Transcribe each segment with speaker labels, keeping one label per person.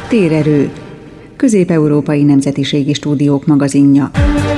Speaker 1: Térerő. Közép-európai nemzetiségi stúdiók magazinja.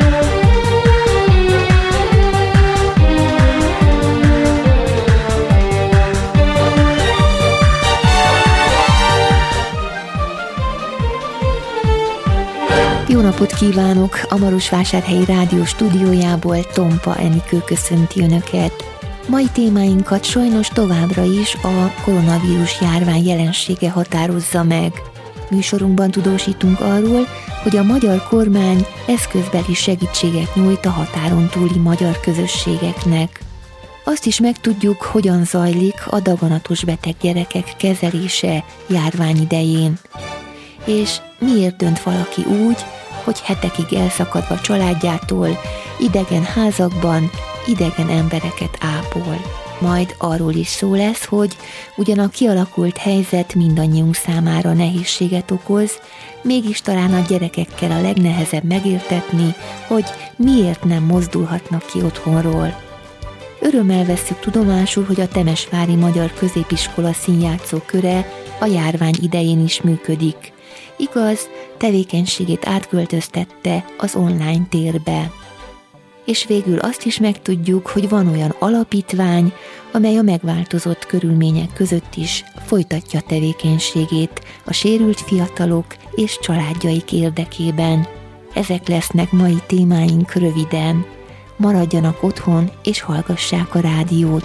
Speaker 2: Jó napot kívánok! A Marosvásárhelyi Rádió stúdiójából Tompa Enikő köszönti Önöket. Mai témáinkat sajnos továbbra is a koronavírus járvány jelensége határozza meg. Műsorunkban tudósítunk arról, hogy a magyar kormány eszközbeli segítséget nyújt a határon túli magyar közösségeknek. Azt is megtudjuk, hogyan zajlik a daganatos beteg gyerekek kezelése járvány idején. És miért dönt valaki úgy, hogy hetekig elszakadva családjától, idegen házakban, idegen embereket ápol. Majd arról is szó lesz, hogy ugyan a kialakult helyzet mindannyiunk számára nehézséget okoz, mégis talán a gyerekekkel a legnehezebb megértetni, hogy miért nem mozdulhatnak ki otthonról. Örömmel vesszük tudomásul, hogy a Temesvári Magyar Középiskola színjátszó köre a járvány idején is működik. Igaz, tevékenységét átköltöztette az online térbe. És végül azt is megtudjuk, hogy van olyan alapítvány, amely a megváltozott körülmények között is folytatja tevékenységét a sérült fiatalok és családjaik érdekében. Ezek lesznek mai témáink röviden. Maradjanak otthon és hallgassák a rádiót.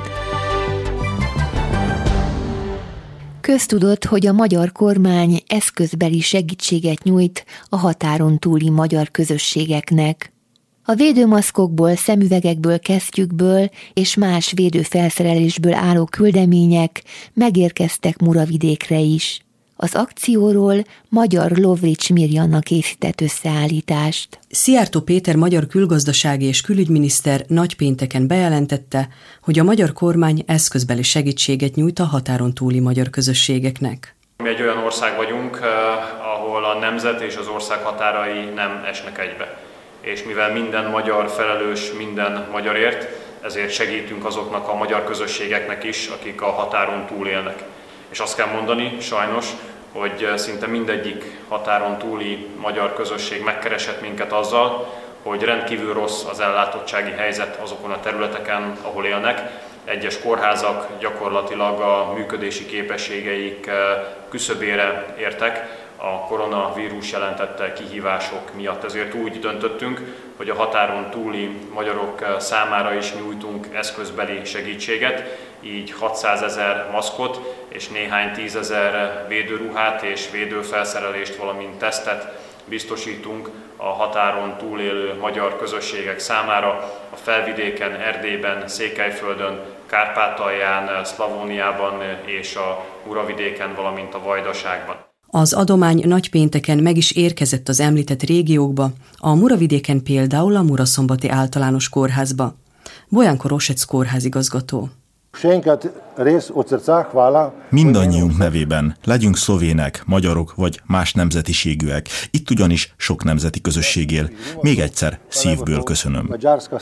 Speaker 2: Köztudott, hogy a magyar kormány eszközbeli segítséget nyújt a határon túli magyar közösségeknek. A védőmaszkokból, szemüvegekből, kesztyűkből és más védőfelszerelésből álló küldemények megérkeztek Muravidékre is. Az akcióról Magyar Lovrics Mirjanna készített összeállítást.
Speaker 3: Szijjártó Péter magyar külgazdasági és külügyminiszter nagypénteken bejelentette, hogy a magyar kormány eszközbeli segítséget nyújt a határon túli magyar közösségeknek.
Speaker 4: Mi egy olyan ország vagyunk, ahol a nemzet és az ország határai nem esnek egybe. És mivel minden magyar felelős minden magyarért, ezért segítünk azoknak a magyar közösségeknek is, akik a határon túl élnek. És azt kell mondani, sajnos, hogy szinte mindegyik határon túli magyar közösség megkeresett minket azzal, hogy rendkívül rossz az ellátottsági helyzet azokon a területeken, ahol élnek. Egyes kórházak gyakorlatilag a működési képességeik küszöbére értek a koronavírus jelentette kihívások miatt. Ezért úgy döntöttünk, hogy a határon túli magyarok számára is nyújtunk eszközbeli segítséget, így 600 000 maszkot és néhány 10 000 védőruhát és védőfelszerelést, valamint tesztet biztosítunk a határon túlélő magyar közösségek számára a Felvidéken, Erdélyben, Székelyföldön, Kárpátalján, Szlavóniában és a Muravidéken, valamint a Vajdaságban.
Speaker 3: Az adomány nagypénteken meg is érkezett az említett régiókba, a Muravidéken például a Muraszombati Általános Kórházba. Bojanko Rosec kórházigazgató.
Speaker 5: Mindannyiunk nevében legyünk szlovének, magyarok vagy más nemzetiségűek. Itt ugyanis sok nemzeti közösség él. Még egyszer szívből köszönöm.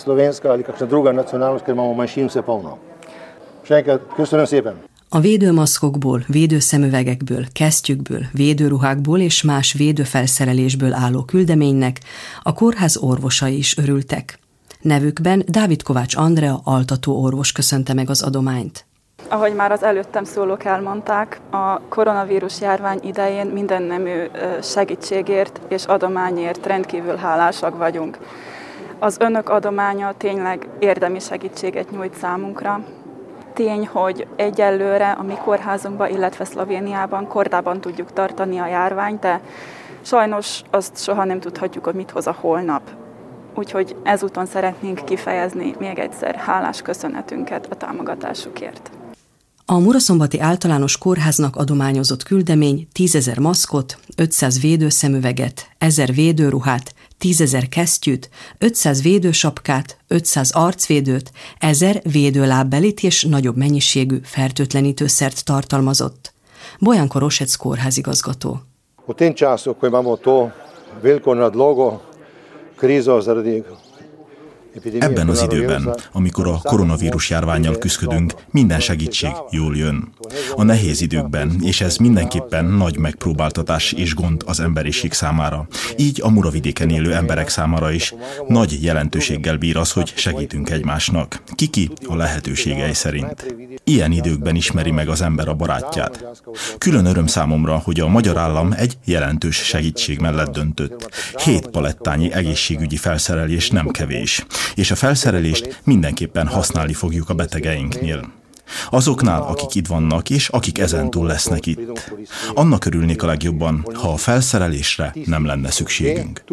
Speaker 3: Köszönöm szépen! A védőmaszkokból, védőszemüvegekből, kesztyűkből, védőruhákból és más védőfelszerelésből álló küldeménynek a kórház orvosai is örültek. Nevükben Dávid Kovács Andrea altató orvos köszönte meg az adományt.
Speaker 6: Ahogy már az előttem szólók elmondták, a koronavírus járvány idején minden nemű segítségért és adományért rendkívül hálásak vagyunk. Az önök adománya tényleg érdemi segítséget nyújt számunkra. Tény, hogy egyelőre a mi kórházunkban, illetve Szlovéniában kordában tudjuk tartani a járványt, de sajnos azt soha nem tudhatjuk, hogy mit hoz a holnap. Úgyhogy ezúton szeretnénk kifejezni még egyszer hálás köszönetünket a támogatásukért.
Speaker 3: A Muraszombati Általános Kórháznak adományozott küldemény 10 000 maszkot, 500 védőszemüveget, 1000 védőruhát, 10 000 kesztyűt, 500 védősapkát, 500 arcvédőt, 1000 védőlábbelit és nagyobb mennyiségű fertőtlenítőszert tartalmazott. Bojanko Rosec kórházigazgató.
Speaker 7: V tem času, ko imamo to veliko nadlogo, krizo zaradi
Speaker 5: Ebben az időben, amikor a koronavírus járvánnyal küzdködünk, minden segítség jól jön. A nehéz időkben, és ez mindenképpen nagy megpróbáltatás és gond az emberiség számára. Így a Muravidéken élő emberek számára is nagy jelentőséggel bír az, hogy segítünk egymásnak. Ki a lehetőségei szerint. Ilyen időkben ismeri meg az ember a barátját. Külön öröm számomra, hogy a magyar állam egy jelentős segítség mellett döntött. 7 palettányi egészségügyi felszerelés nem kevés, és a felszerelést mindenképpen használni fogjuk a betegeinknél. Azoknál, akik itt vannak, és akik ezentúl lesznek itt. Annak örülnék a legjobban, ha a felszerelésre nem lenne szükségünk.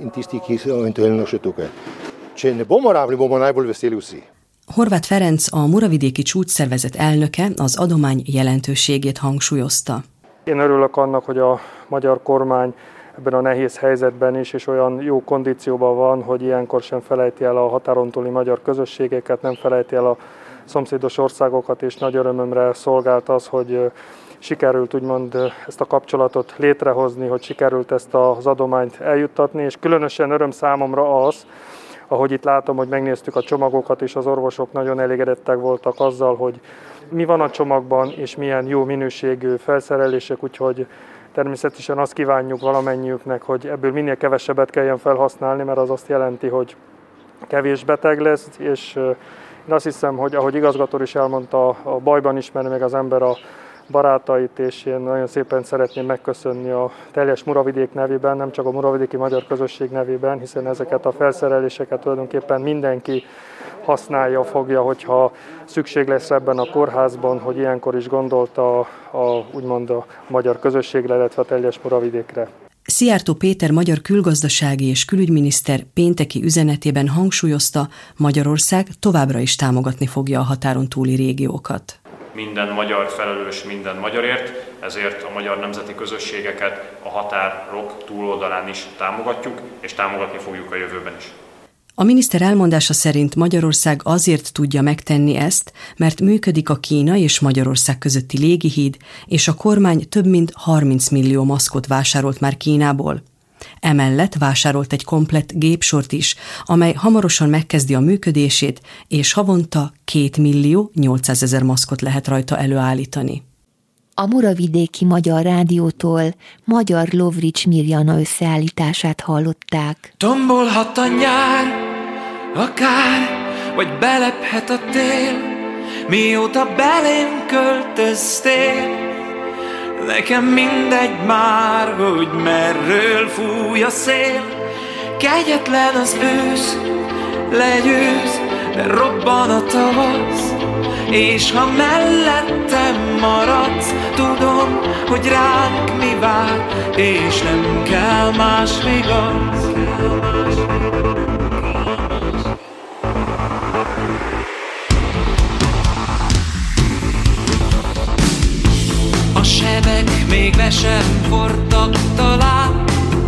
Speaker 3: Horváth Ferenc, a Muravidéki Csúcsszervezet elnöke, az adomány jelentőségét hangsúlyozta.
Speaker 7: Én örülök annak, hogy a magyar kormány ebben a nehéz helyzetben is, és olyan jó kondícióban van, hogy ilyenkor sem felejti el a határon túli magyar közösségeket, nem felejti el a szomszédos országokat, és nagy örömömre szolgált az, hogy sikerült úgymond ezt a kapcsolatot létrehozni, hogy sikerült ezt az adományt eljuttatni, és különösen öröm számomra az, ahogy itt látom, hogy megnéztük a csomagokat, és az orvosok nagyon elégedettek voltak azzal, hogy mi van a csomagban, és milyen jó minőségű felszerelések, úgyhogy természetesen azt kívánjuk valamennyiüknek, hogy ebből minél kevesebbet kelljen felhasználni, mert az azt jelenti, hogy kevés beteg lesz, és én azt hiszem, hogy ahogy igazgató is elmondta, a bajban ismeri meg az ember a barátait, és én nagyon szépen szeretném megköszönni a teljes Muravidék nevében, nem csak a muravidéki magyar közösség nevében, hiszen ezeket a felszereléseket tulajdonképpen mindenki használja, fogja, hogyha szükség lesz ebben a kórházban, hogy ilyenkor is gondolta úgymond a magyar közösségre, illetve a teljes Muravidékre.
Speaker 3: Szijjártó Péter magyar külgazdasági és külügyminiszter pénteki üzenetében hangsúlyozta, Magyarország továbbra is támogatni fogja a határon túli régiókat.
Speaker 4: Minden magyar felelős minden magyarért, ezért a magyar nemzeti közösségeket a határok túloldalán is támogatjuk, és támogatni fogjuk a jövőben is.
Speaker 3: A miniszter elmondása szerint Magyarország azért tudja megtenni ezt, mert működik a Kína és Magyarország közötti légihíd, és a kormány több mint 30 millió maszkot vásárolt már Kínából. Emellett vásárolt egy komplett gépsort is, amely hamarosan megkezdi a működését, és havonta 2.800.000 maszkot lehet rajta előállítani.
Speaker 2: A Muravidéki Magyar Rádiótól Magyar Lovrics Mirjana összeállítását hallották.
Speaker 8: Tombolhat a nyár, akár, vagy belephet a tél, mióta belém költöztél. Nekem mindegy már, hogy merről fúj a szél. Kegyetlen az ősz, legyőz, de robban a tavasz. És ha mellettem maradsz, tudom, hogy ránk mi vár, és nem kell más vigasz. A sebek még le sem fortak talán,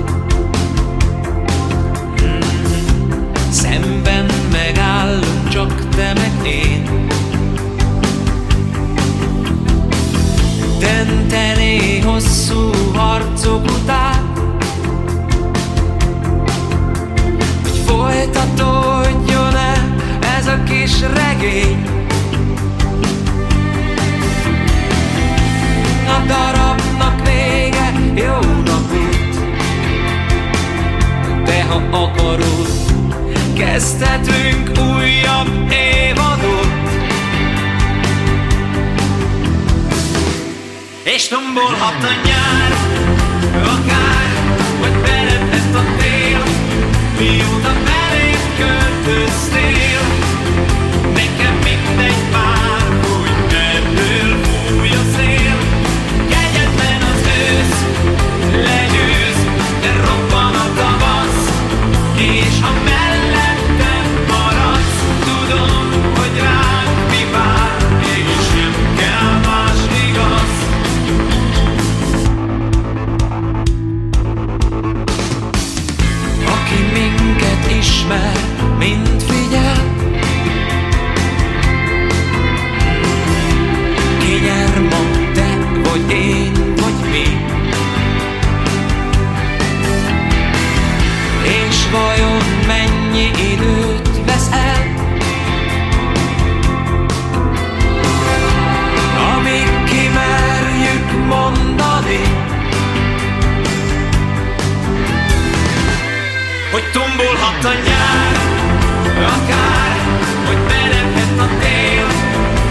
Speaker 8: szemben megállunk csak te meg én. Dönteni hosszú harcok után, hogy folytatódjon-e ez a kis regény. A darabnak vége, jó napot, de ha akarod, kezdhetünk újabb évadot. És tombolhat a nyár, akár, vagy belephet a tél, mióta belém költöztél. Nekem mindegy már, hogy merről fúj a szél. Kegyetlen az ősz, legyőz, de robban a tavasz. És ha mellettem maradsz, tudom, hogy ránk mi vár, és nem kell más igaz.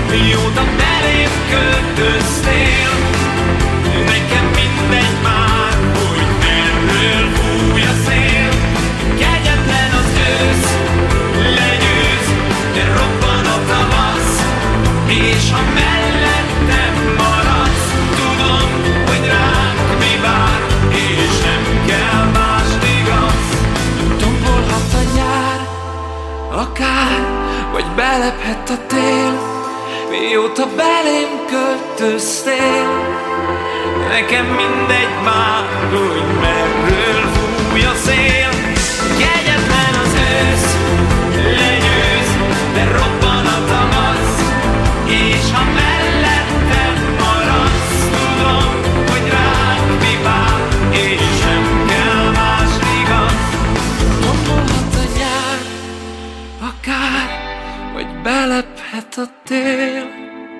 Speaker 8: mióta belém költöztél. Nekem mindegy már, hogy merről fúj a szél. Kegyetlen az ősz, legyőz, de robban a tavasz. És ha mellettem maradsz, tudom, hogy ránk mi vár, és nem kell más igaz. Tombolhat a nyár, akár, vagy belephet a tél. Mióta belém költöztél, nekem mindegy már, hogy merről fúj a szél. Kegyetlen az ősz, legyőz, de robban a tavasz. És ha mellettem maradsz, tudom, hogy ránk mi vár, és nem kell más igaz. Tombolhat a nyár, akár, vagy belephet a tél.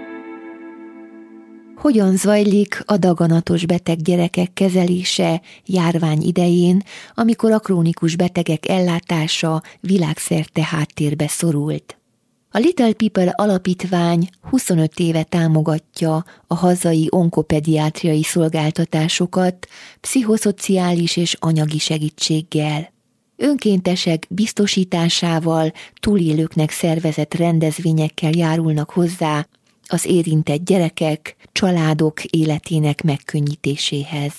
Speaker 2: Hogyan zajlik a daganatos beteg gyerekek kezelése járvány idején, amikor a krónikus betegek ellátása világszerte háttérbe szorult? A Little People Alapítvány 25 éve támogatja a hazai onkopediátriai szolgáltatásokat pszichoszociális és anyagi segítséggel. Önkéntesek biztosításával, túlélőknek szervezett rendezvényekkel járulnak hozzá az érintett gyerekek, családok életének megkönnyítéséhez.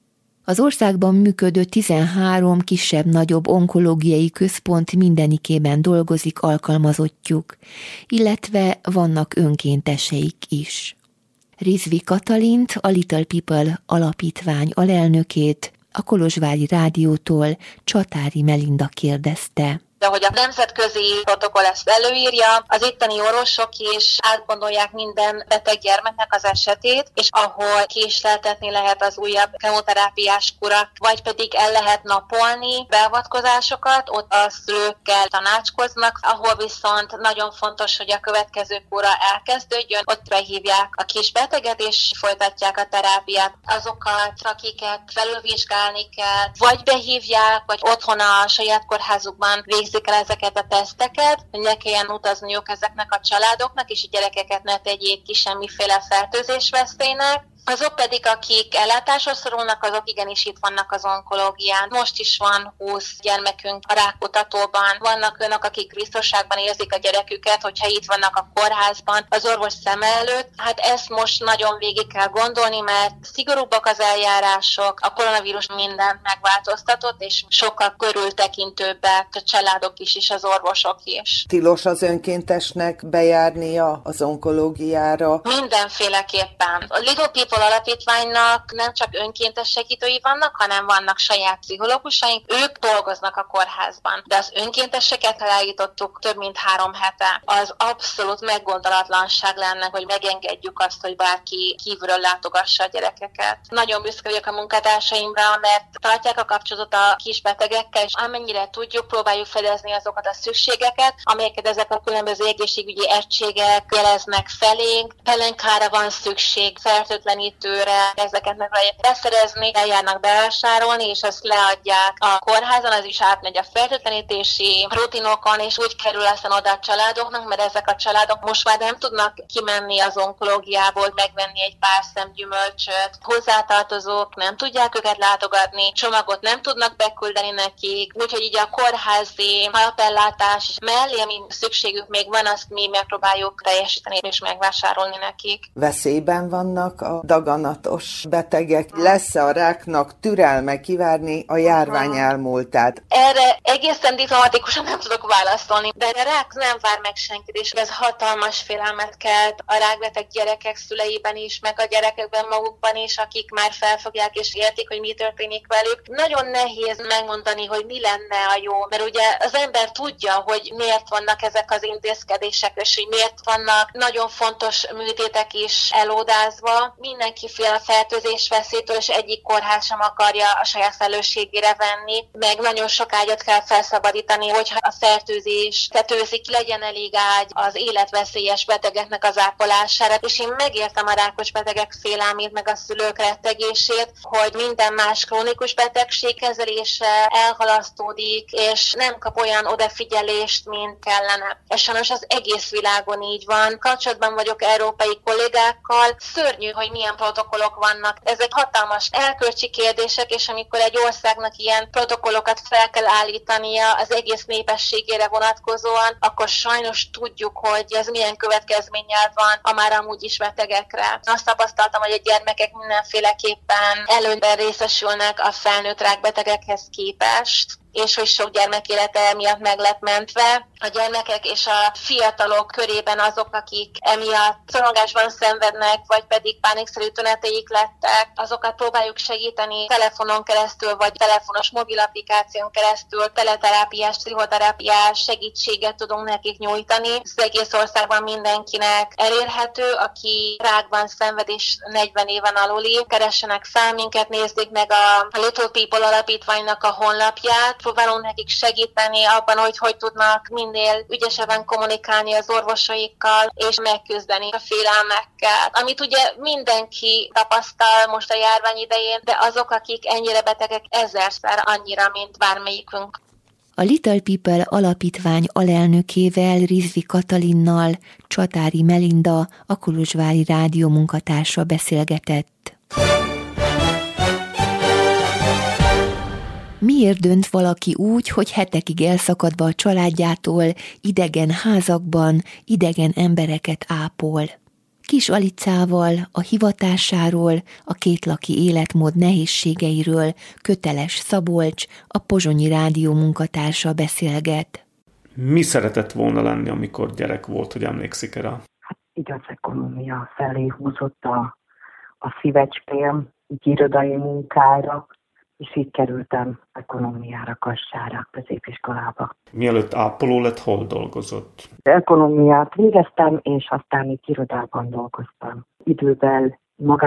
Speaker 2: Az országban működő 13 kisebb-nagyobb onkológiai központ mindenikében dolgozik alkalmazottjuk, illetve vannak önkénteseik is. Rizvi Katalint, a Little People Alapítvány alelnökét, a Kolozsvári Rádiótól Csatári Melinda kérdezte.
Speaker 9: De hogy a nemzetközi protokoll ezt előírja, az itteni orvosok is átgondolják minden beteg gyermeknek az esetét, és ahol késleltetni lehet az újabb kemoterápiás kurak, vagy pedig el lehet napolni beavatkozásokat, ott a szülőkkel tanácskoznak, ahol viszont nagyon fontos, hogy a következő kura elkezdődjön, ott behívják a kis beteget, és folytatják a terápiát. Azokat, akiket felülvizsgálni kell, vagy behívják, vagy otthon a saját kórházukban végzik el ezeket a teszteket, hogy ne kelljen utazniuk ezeknek a családoknak, és a gyerekeket ne tegyék ki semmiféle fertőzésveszélynek. Azok pedig, akik ellátásra szorulnak, azok igenis itt vannak az onkológián. Most is van 20 gyermekünk a rákutatóban. Vannak önök, akik biztonságban érzik a gyereküket, hogyha itt vannak a kórházban, az orvos szeme előtt. Hát ezt most nagyon végig kell gondolni, mert szigorúbbak az eljárások, a koronavírus mindent megváltoztatott, és sokkal körültekintőbbek a családok is, és az orvosok is.
Speaker 10: Tilos az önkéntesnek bejárnia az onkológiára?
Speaker 9: Mindenféleképpen. A Little People Alapítványnak nem csak önkéntes segítői vannak, hanem vannak saját pszichológusaink, ők dolgoznak a kórházban. De az önkénteseket elállítottuk több mint 3 hete. Az abszolút meggondolatlanság lenne, hogy megengedjük azt, hogy bárki kívülről látogassa a gyerekeket. Nagyon büszke vagyok a munkatársaimra, mert tartják a kapcsolatot a kisbetegekkel, és amennyire tudjuk, próbáljuk fedezni azokat a szükségeket, amelyeket ezek a különböző egészségügyi egységek jeleznek felénk. Pelenkára van szükség, fertőtlenítőre, ezeket meg lehet beszerezni, eljárnak bevásárolni, és azt leadják a kórházon, az is átmegy a fertőtlenítési rutinokon, és úgy kerül aztán oda a családoknak, mert ezek a családok most már nem tudnak kimenni az onkológiából, megvenni egy pár szem gyümölcsöt. Hozzátartozók nem tudják őket látogatni, csomagot nem tudnak beküldeni nekik, úgyhogy így a kórházi alapellátás mellé, ami szükségük még van, azt mi megpróbáljuk teljesíteni és megvásárolni nekik.
Speaker 10: Veszélyben vannak a daganatos betegek? Lesz-e a ráknak türelme kivárni a járvány elmúltát?
Speaker 9: Erre egészen diplomatikusan nem tudok válaszolni, de a rák nem vár meg senkit, és ez hatalmas félelmet kelt a rákbeteg gyerekek szüleiben is, meg a gyerekekben magukban is, akik már felfogják és értik, hogy mi történik velük. Nagyon nehéz megmondani, hogy mi lenne a jó, mert ugye az ember tudja, hogy miért vannak ezek az intézkedések, és hogy miért vannak nagyon fontos műtétek is elódázva. Minden mindenki fél a fertőzés veszélytől, és egyik kórház sem akarja a saját felelősségére venni, meg nagyon sok ágyat kell felszabadítani, hogyha a fertőzés tetőzik, legyen elég ágy az életveszélyes betegeknek az ápolására. És én megértem a rákos betegek félelmét, meg a szülők rettegését, hogy minden más krónikus betegség kezelése elhalasztódik, és nem kap olyan odafigyelést, mint kellene. És sajnos az egész világon így van. Kapcsolatban vagyok európai kollégákkal, szörnyű, hogy milyen protokollok vannak. Ezek hatalmas elkölcsi kérdések, és amikor egy országnak ilyen protokollokat fel kell állítania az egész népességére vonatkozóan, akkor sajnos tudjuk, hogy ez milyen következménnyel van a már amúgy is betegekre. Azt tapasztaltam, hogy a gyermekek mindenféleképpen előnyben részesülnek a felnőtt rákbetegekhez képest, és hogy sok gyermek élete miatt meg lett mentve. A gyermekek és a fiatalok körében azok, akik emiatt szorongásban szenvednek, vagy pedig pánikszerű tüneteik lettek, azokat próbáljuk segíteni telefonon keresztül, vagy telefonos mobil applikáción keresztül, teleterápiás, pszichoterápiás segítséget tudunk nekik nyújtani. Az egész országban mindenkinek elérhető, aki rákban szenved és 40 éven aluli. Keressenek fel minket, nézzék meg a Little People alapítványnak a honlapját, próbálunk nekik segíteni abban, hogy tudnak minél ügyesebben kommunikálni az orvosaikkal, és megküzdeni a félelmekkel. Amit ugye mindenki tapasztal most a járvány idején, de azok, akik ennyire betegek, ezerszer annyira, mint bármelyikünk.
Speaker 2: A Little People alapítvány alelnökével, Rizvi Katalinnal Csatári Melinda, a Kolozsvári Rádió munkatársa beszélgetett. Miért dönt valaki úgy, hogy hetekig elszakadva a családjától, idegen házakban, idegen embereket ápol? Kis Alicával, a hivatásáról, a kétlaki életmód nehézségeiről Köteles Szabolcs, a Pozsonyi Rádió munkatársa beszélget.
Speaker 11: Mi szeretett volna lenni, amikor gyerek volt, hogy emlékszik rá?
Speaker 12: Hát így az ekonomia felé húzott a szívecském, így irodai munkára, és így kerültem ekonomiára, Kassára, középiskolába.
Speaker 11: Mielőtt ápoló lett, hol dolgozott?
Speaker 12: Ekonomiát végeztem, és aztán itt irodában dolgoztam. Idővel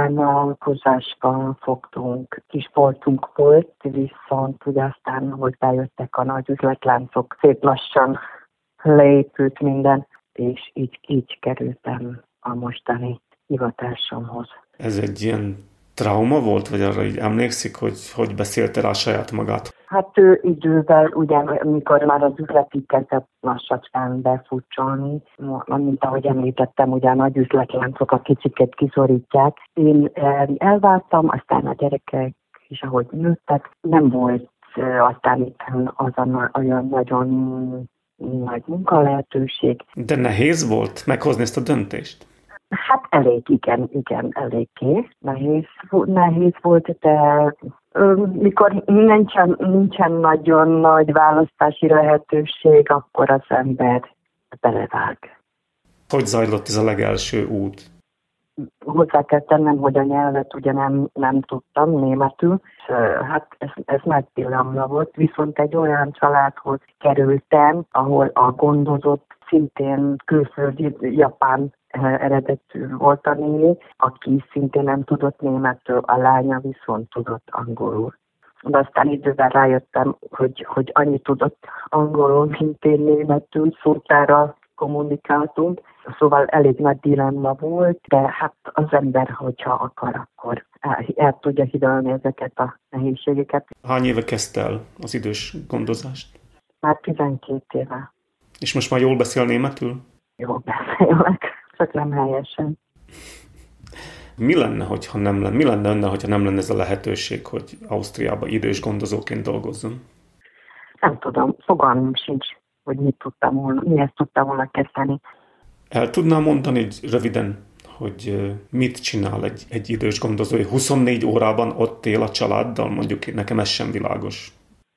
Speaker 12: magánvállalkozásban fogtunk, kis boltunk volt, viszont ugye aztán, hogy bejöttek a nagy üzletláncok, szép lassan leépült minden, és így kerültem a mostani hivatásomhoz.
Speaker 11: Ez egy ilyen trauma volt, vagy arra így emlékszik, hogy beszélte rá saját magát?
Speaker 12: Hát idővel, ugye, amikor már az üzleti kezdett lassacskán befutcsolni, mint ahogy említettem, ugye a nagy üzletláncok a kicsiket kiszorítják. Én elváltam, aztán a gyerekek is, ahogy nőttek, nem volt aztán itt olyan nagyon nagy munkalehetőség.
Speaker 11: De nehéz volt meghozni ezt a döntést?
Speaker 12: Hát igen, eléggé nehéz volt, de mikor nincsen nagyon nagy választási lehetőség, akkor az ember belevág.
Speaker 11: Hogy zajlott ez a legelső út?
Speaker 12: Hozzá kell tennem, hogy a nyelvet ugye nem tudtam, németül. Hát ez nagy pillanat volt, viszont egy olyan családhoz kerültem, ahol a gondozott szintén külföldi, japán eredetű volt a néni, aki szintén nem tudott németül, a lánya viszont tudott angolul. De aztán idővel rájöttem, hogy annyit tudott angolul, mint én németül, szótára kommunikáltunk. Szóval elég nagy dilemma volt, de hát az ember, hogyha akar, akkor el tudja hidalni ezeket a nehézségeket.
Speaker 11: Hány éve kezdte el az idős gondozást?
Speaker 12: Már 12 éve.
Speaker 11: És most már jól beszél németül?
Speaker 12: Jól beszélek, csak nem helyesen.
Speaker 11: Mi lenne önne, hogyha nem lenne ez a lehetőség, hogy Ausztriában idős gondozóként dolgozzon?
Speaker 12: Nem tudom, fogalmam sincs, hogy mihez tudtam volna kezdeni.
Speaker 11: El tudnám mondani röviden, hogy mit csinál egy idős gondozó? 24 órában ott él a családdal, mondjuk nekem ez sem világos.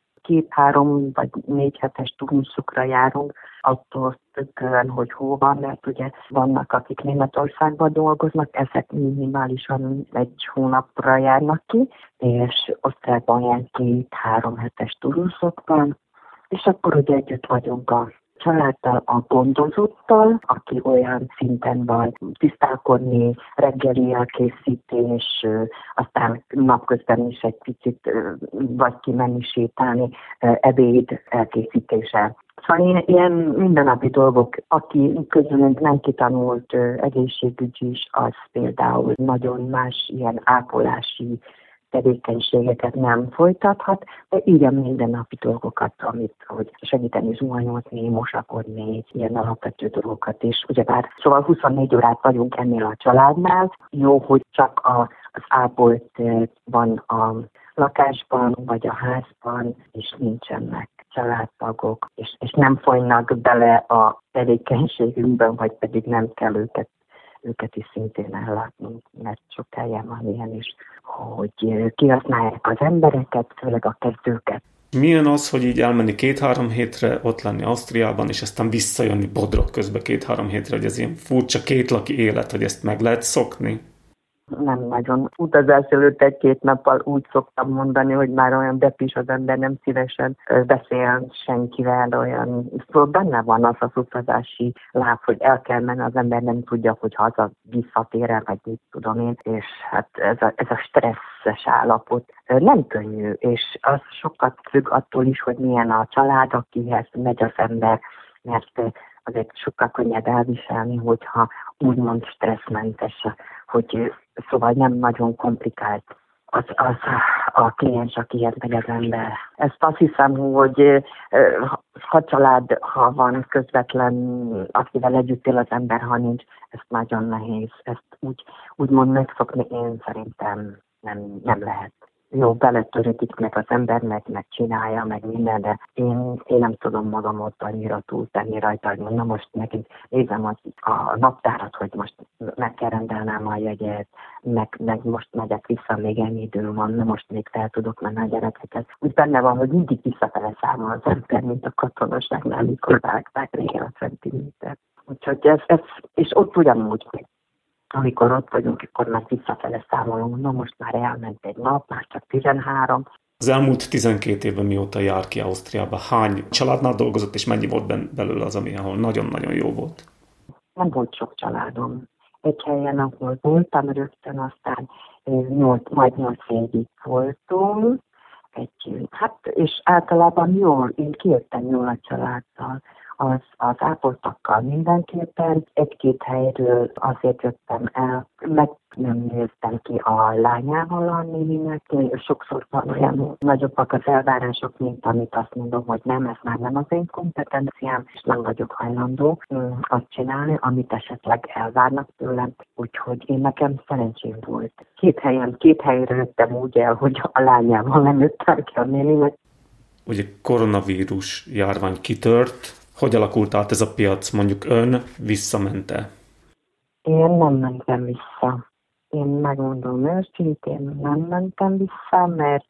Speaker 12: 2-3 vagy 4 hetes turnuszokra járunk, attól függően, hogy hol van, mert ugye vannak, akik Németországban dolgoznak, ezek minimálisan 1 hónapra járnak ki, és Osztrákban ilyen 2-3 hetes turnuszokban, és akkor ugye együtt vagyunk a családdal, a gondozottal, aki olyan szinten van, tisztálkodni, reggeli elkészítés, aztán napközben is egy picit vagy kimenni sétálni, ebéd elkészítése. Szóval ilyen mindennapi dolgok, aki közülünk nem kitanult egészségügy is, az például nagyon más ilyen ápolási tevékenységeket nem folytathat, de így a mindennapi dolgokat, amit hogy segíteni zuhanyozni, mosakodni, ilyen alapvető dolgokat is. Ugyebár, szóval 24 órát vagyunk ennél a családnál, jó, hogy csak az ápolt van a lakásban, vagy a házban, és nincsenek családtagok, és nem folynak bele a tevékenységünkben, vagy pedig nem kell őket is szintén ellátnunk, mert sok helyen van ilyen is, hogy kihasználják az embereket, főleg a kezdőket.
Speaker 11: Milyen az, hogy így elmenni 2-3 hétre, ott lenni Ausztriában, és aztán visszajönni Bodrog közbe 2-3 hétre, hogy ez ilyen furcsa kétlaki élet, hogy ezt meg lehet szokni?
Speaker 12: Nem nagyon. Utazás előtt 1-2 nappal úgy szoktam mondani, hogy már olyan depis az ember, nem szívesen beszél senkivel, olyan. Szóval benne van az az utazási láb, hogy el kell menni, az ember nem tudja, hogy haza visszatér-e, vagy mit tudom én, és hát ez a stresszes állapot nem könnyű, és az sokat függ attól is, hogy milyen a család, akihez megy az ember, mert azért sokkal könnyebb elviselni, hogyha úgymond stresszmentes, hogy szóval nem nagyon komplikált az a kliens, akihez megy az ember. Ezt azt hiszem, hogy ha család, ha van közvetlen, akivel együtt él az ember, ha nincs, ezt nagyon nehéz. Ezt úgymond megszokni én szerintem nem lehet. Jó, beletörődik meg az ember, meg csinálja, meg minden, de én nem tudom magamot annyira túltenni rajta, hogy na most megint nézem a naptárat, hogy most meg kell rendelnem a jegyet, meg most megyek vissza, még ennyi idő van, na most még fel tudok menni a gyerekeket. Úgy benne van, hogy mindig visszafele számol az ember, mint a katonaságnál, mikor vágták régen a centimétert. Úgyhogy ez és ott ugyanúgy, amikor ott vagyunk, akkor már visszafele számolunk, na most már elment egy nap, már csak 13.
Speaker 11: Az elmúlt 12 évben mióta jár ki Ausztriába, hány családnál dolgozott, és mennyi volt belőle az, ahol nagyon-nagyon jó volt?
Speaker 12: Nem volt sok családom. Egy helyen, ahol voltam rögtön, aztán majd 8 évig voltunk. És általában jól, én kijöttem jól a családdal. Az ápoltakkal mindenképpen. 1-2 helyről azért jöttem el, meg nem néztem ki a lányával a néninek. Sokszor van olyan nagyobbak az elvárások, mint amit azt mondom, hogy nem, ez már nem az én kompetenciám, és nem vagyok hajlandó azt csinálni, amit esetleg elvárnak tőlem. Úgyhogy én nekem szerencsém volt. 2 helyről jöttem úgy el, hogy a lányával nem jöttem ki a néninek.
Speaker 11: Ugye koronavírus járvány kitört. Hogy alakult át ez a piac? Mondjuk ön visszamente?
Speaker 12: Én nem mentem vissza. Én megmondom őszintén, nem mentem vissza, mert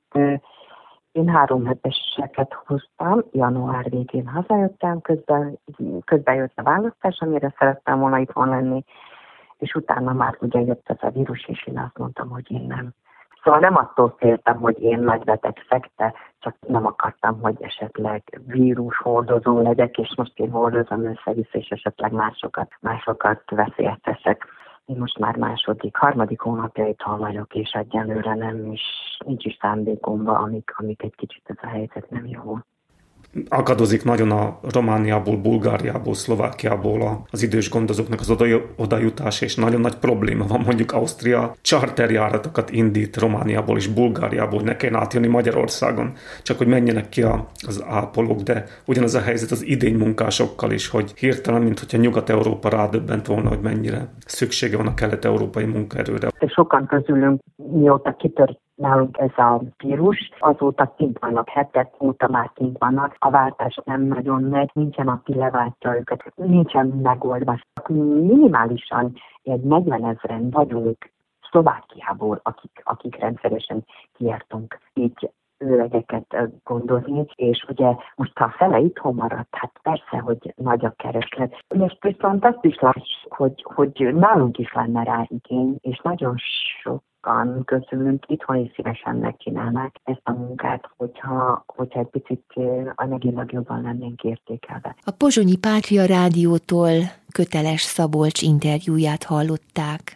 Speaker 12: én 3 heteseket hoztam, január végén hazajöttem, közben jött a választás, amire szerettem volna itthon lenni, és utána már ugye jött ez a vírus, és én azt mondtam, hogy én nem. Szóval nem attól féltem, hogy én nagy betegszek, csak nem akartam, hogy esetleg vírushordozó legyek, és most én hordozom össze-vissza, és esetleg másokat veszélyeztessek. Én most már harmadik hónapja itthon vagyok, és egyelőre nincs is szándékomban, amik egy kicsit ez a helyzet nem jó.
Speaker 11: Akadozik nagyon a Romániából, Bulgáriából, Szlovákiából az idős gondozóknak az odajutás, és nagyon nagy probléma van, mondjuk Ausztria charterjáratokat indít Romániából és Bulgáriából, hogy ne kelljen átjönni Magyarországon, csak hogy menjenek ki az ápolók, de ugyanaz a helyzet az idénymunkásokkal is, hogy hirtelen, mint hogyha Nyugat-Európa rádöbbent volna, hogy mennyire szüksége van a kelet-európai munkaerőre.
Speaker 12: Sokan közülünk, mióta kitört nálunk ez a vírus, azóta kint vannak, hetek óta már kint vannak, a váltás nem nagyon megy, nincsen, aki leváltja őket, nincsen megoldás. Minimálisan egy 40 000 vagyunk Szlovákiából, akik rendszeresen kijártunk így öregeket gondozni, és ugye most ha a fele itthon maradt, hát persze, hogy nagy a kereslet. Most viszont azt is lássuk, hogy nálunk is lenne rá igény, és nagyon sok sokan közülünk itthon is szívesen megcsinálnák ezt a munkát, hogyha egy picit anyagilag jobban lennénk értékelve.
Speaker 2: A Pozsonyi Pátria Rádiótól Köteles Szabolcs interjúját hallották.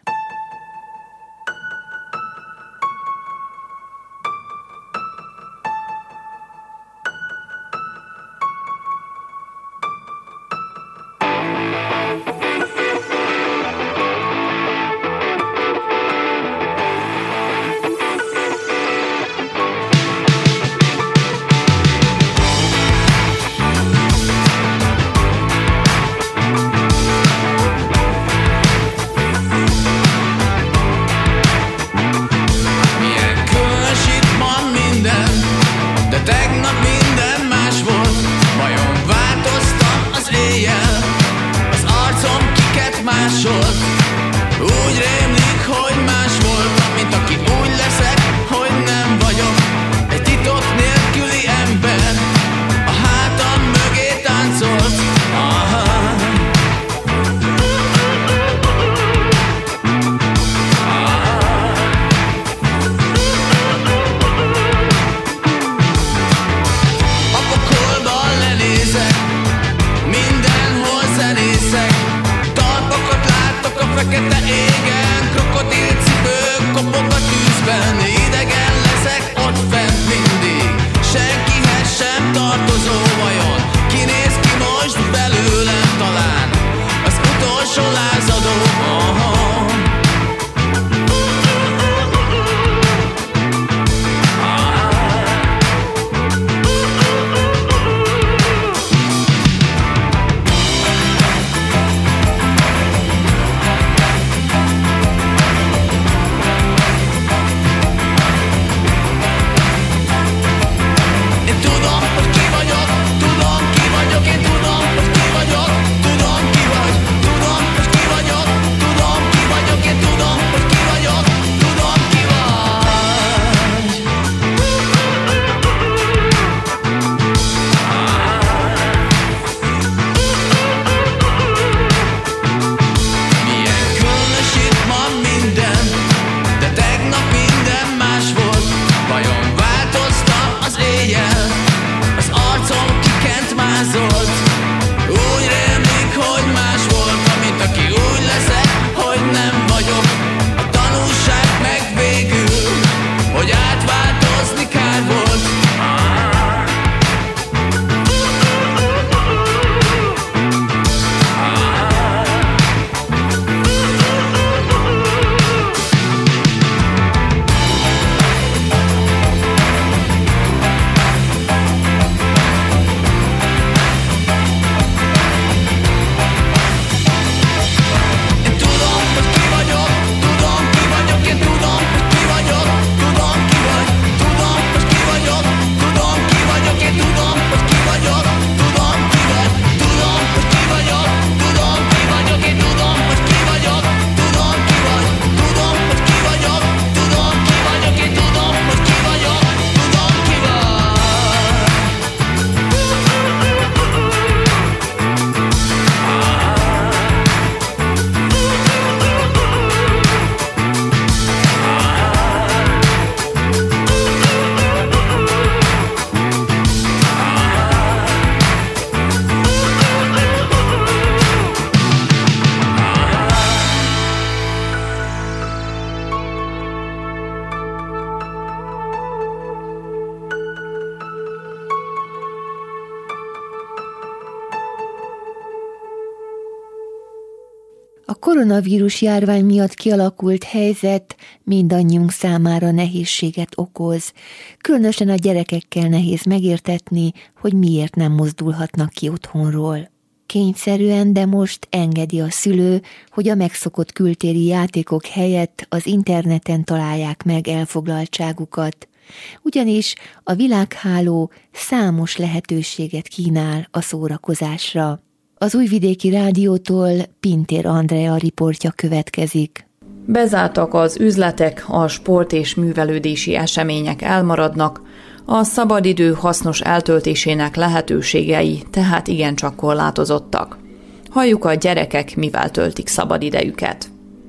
Speaker 2: A koronavírus járvány miatt kialakult helyzet mindannyiunk számára nehézséget okoz. Különösen a gyerekekkel nehéz megértetni, hogy miért nem mozdulhatnak ki otthonról. Kényszerűen, de most engedi a szülő, hogy a megszokott kültéri játékok helyett az interneten találják meg elfoglaltságukat. Ugyanis a világháló számos lehetőséget kínál a szórakozásra. Az Újvidéki Rádiótól Pintér Andrea riportja következik.
Speaker 13: Bezártak az üzletek, a sport és művelődési események elmaradnak, a szabadidő hasznos eltöltésének lehetőségei tehát igencsak korlátozottak. Halljuk a gyerekek, mivel töltik szabadidejüket.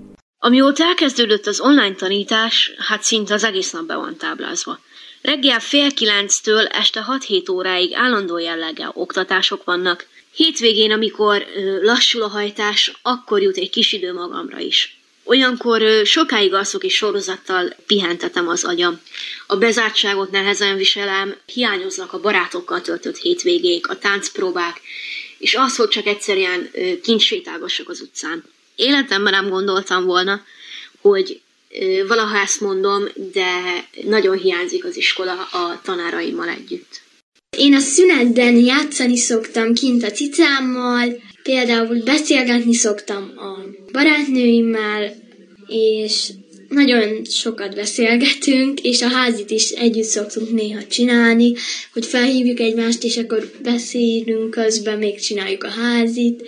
Speaker 14: Amióta elkezdődött az online tanítás, hát szinte az egész nap be van táblázva. Reggel 8:30-től este 6-7 óráig állandó jelleggel oktatások vannak. Hétvégén, amikor lassul a hajtás, akkor jut egy kis idő magamra is. Olyankor sokáig alszok és sorozattal pihentetem az agyam. A bezártságot nehezen viselem, hiányoznak a barátokkal töltött hétvégék, a táncpróbák, és az, hogy csak egyszerűen kint sétálgassak az utcán. Életemben nem gondoltam volna, hogy valaha ezt mondom, de nagyon hiányzik az iskola a tanáraimmal együtt.
Speaker 15: Én a szünetben játszani szoktam kint a cicámmal, például beszélgetni szoktam a barátnőimmel, és nagyon sokat beszélgetünk, és a házit is együtt szoktunk néha csinálni, hogy felhívjuk egymást, és akkor beszélünk közben, még csináljuk a házit.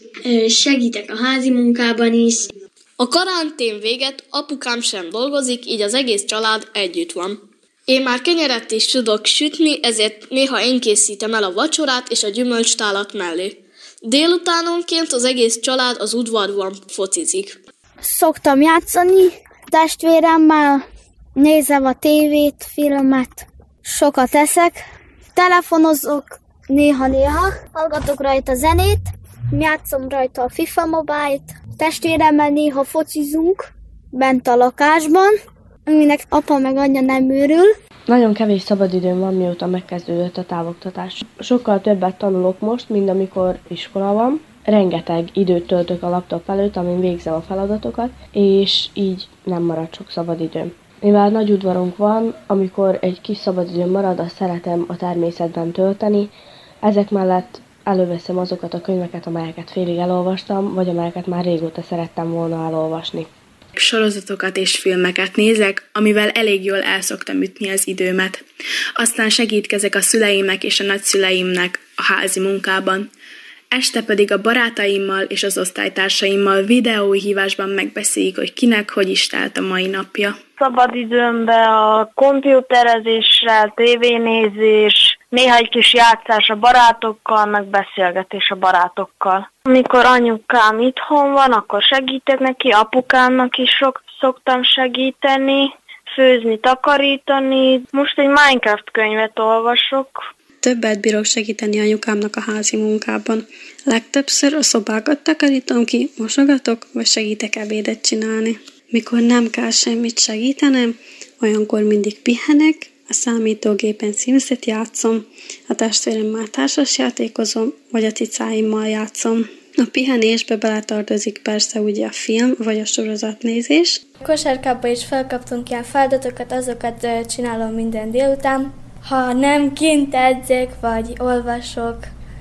Speaker 15: Segítek a házi munkában is.
Speaker 16: A karantén véget apukám sem dolgozik, így az egész család együtt van. Én már kenyeret is tudok sütni, ezért néha én készítem el a vacsorát és a gyümölcstálat mellé. Délutánonként az egész család az udvarban focizik.
Speaker 17: Szoktam játszani testvéremmel, nézem a tévét, filmet, sokat eszek, telefonozok néha-néha, hallgatok rajta zenét, játszom rajta a FIFA Mobile-t, testvéremmel néha focizunk bent a lakásban, aminek apa meg anyja nem őrül.
Speaker 18: Nagyon kevés szabadidőm van, mióta megkezdődött a távoktatás. Sokkal többet tanulok most, mint amikor iskola van. Rengeteg időt töltök a laptop előtt, amin végzem a feladatokat, és így nem marad sok szabadidőm. Mivel nagy udvarunk van, amikor egy kis szabadidőm marad, azt szeretem a természetben tölteni. Ezek mellett előveszem azokat a könyveket, amelyeket félig elolvastam, vagy amelyeket már régóta szerettem volna elolvasni.
Speaker 19: Sorozatokat és filmeket nézek, amivel elég jól el szoktam ütni az időmet. Aztán segítkezek a szüleimnek és a nagyszüleimnek a házi munkában. Este pedig a barátaimmal és az osztálytársaimmal videóhívásban megbeszéljük, hogy kinek hogy is telt a mai napja.
Speaker 20: Szabadidőmben a komputerezéssel, tévénézés, néha egy kis játszás a barátokkal, meg beszélgetés a barátokkal. Amikor anyukám itthon van, akkor segítek neki, apukámnak is szoktam segíteni, főzni, takarítani. Most egy Minecraft könyvet olvasok.
Speaker 21: Többet bírok segíteni anyukámnak a házi munkában. Legtöbbször a szobákat takarítom ki, mosogatok, vagy segítek ebédet csinálni. Mikor nem kell semmit segítenem, olyankor mindig pihenek, a számítógépen Simset játszom, a testvéremmel társasjátékozom, vagy a cicáimmal játszom. A pihenésbe beletartozik persze ugye a film vagy a sorozatnézés.
Speaker 22: A kosárkába is felkaptunk ilyen feladatokat, azokat csinálom minden délután. Ha nem kint edzek, vagy olvasok,